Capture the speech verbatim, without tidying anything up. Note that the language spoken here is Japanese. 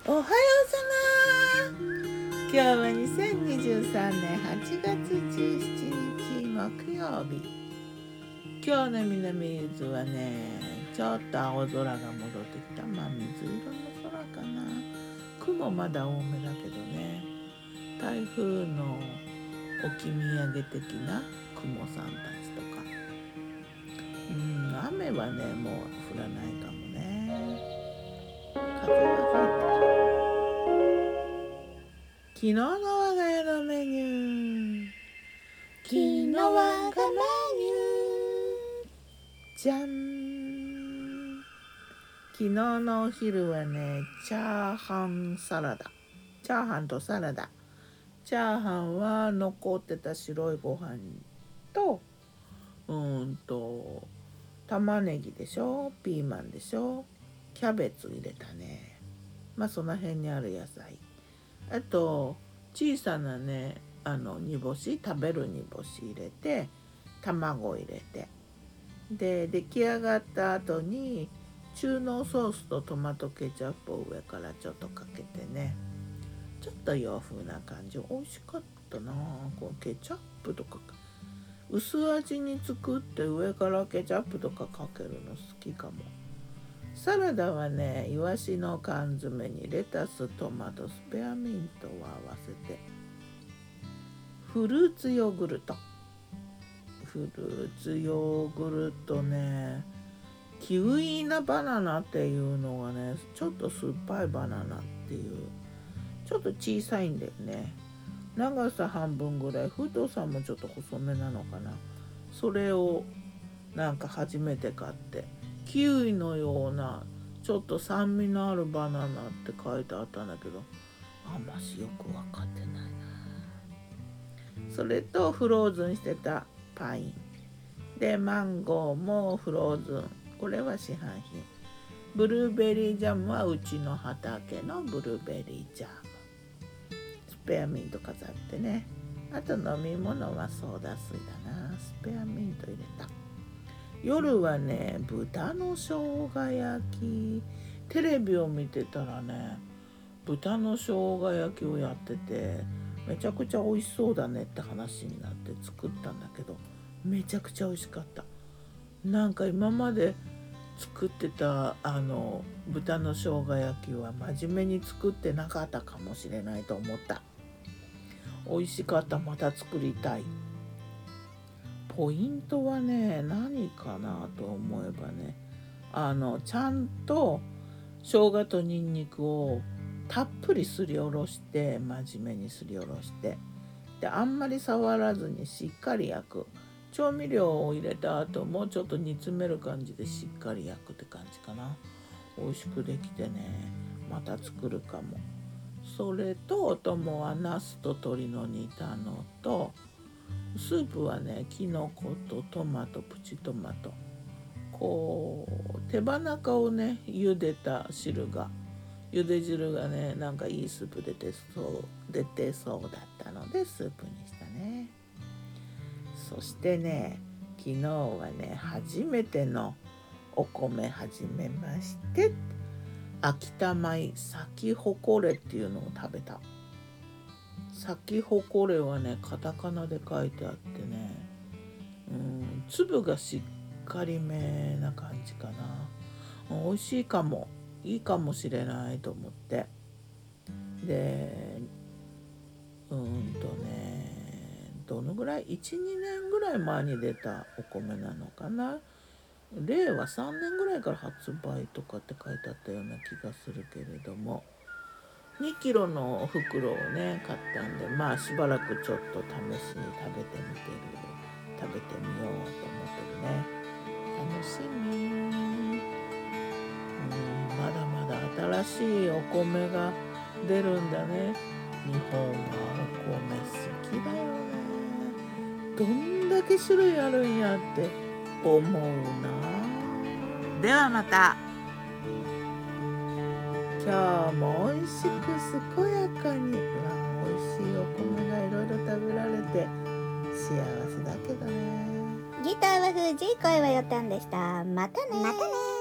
おはようさま。今日はにせんにじゅうさんねんはちがつじゅうしちにち木曜日。今日の南伊豆はね、ちょっと青空が戻ってきた。まあ水色の空かな。雲まだ多めだけどね。台風の置き土産的な雲さんたちとか。うん、雨はねもう降らないかもね。風は吹いてる。昨日の我が家のメニュー。昨日我がメニュー。じゃん。昨日のお昼はね、チャーハンサラダ。チャーハンとサラダ。チャーハンは残ってた白いご飯と、うーんと、玉ねぎでしょ、ピーマンでしょ、キャベツ入れたね。まあその辺にある野菜。あと小さなねあの煮干し、食べる煮干し入れて、卵入れて、で出来上がった後に中濃ソースとトマトケチャップを上からちょっとかけてね、ちょっと洋風な感じ。美味しかったな。こうケチャップとか薄味に作って上からケチャップとかかけるの好きかも。サラダはね、イワシの缶詰にレタス、トマト、スペアミントを合わせて、フルーツヨーグルト。フルーツヨーグルトね、キウイなバナナっていうのがね、ちょっと酸っぱいバナナっていう、ちょっと小さいんだよね。長さ半分ぐらい、太さもちょっと細めなのかな。それをなんか初めて買って、キウイのようなちょっと酸味のあるバナナって書いてあったんだけど、あんましよく分かってないな。それとフローズンしてたパインで、マンゴーもフローズン、これは市販品。ブルーベリージャムはうちの畑のブルーベリージャム。スペアミント飾ってね。あと飲み物はソーダ水だな。スペアミント入れた。夜はね、豚の生姜焼き。テレビを見てたらね、豚の生姜焼きをやってて、めちゃくちゃ美味しそうだねって話になって作ったんだけど、めちゃくちゃ美味しかった。なんか今まで作ってたあの豚の生姜焼きは真面目に作ってなかったかもしれないと思った。美味しかった。また作りたい。ポイントはね、何かなと思えばね、あのちゃんと生姜とニンニクをたっぷりすりおろして、真面目にすりおろして、であんまり触らずにしっかり焼く。調味料を入れた後もうちょっと煮詰める感じでしっかり焼くって感じかな。美味しくできてね、また作るかも。それとお供はナスと鶏の煮たのと、スープはね、きのことトマト、プチトマト、こう手羽中をね茹でた汁が、茹で汁がね、なんかいいスープ出てそう出てそうだったのでスープにしたね。そしてね、昨日はね、初めてのお米始めまして、秋田米咲き誇れっていうのを食べた。咲き誇れはね、カタカナで書いてあってね、うん、粒がしっかりめな感じかな。美味しいかも、いいかもしれないと思って。で、うんとね、どのぐらい いちにねんぐらい前に出たお米なのかな。れいわさんねんぐらいから発売とかって書いてあったような気がするけれども、にキロの袋をね買ったんで、まあしばらくちょっと試しに食べてみてる食べてみようと思ってるね。楽しみ。うん、まだまだ新しいお米が出るんだね。日本はお米好きだよね。どんだけ種類あるんやって思うな。ではまた。今日も美味しく健やかに、まあ、美味しいお米がいろいろ食べられて幸せだけどね。 ギターは藤井、声はよたんでした。またね。 またね。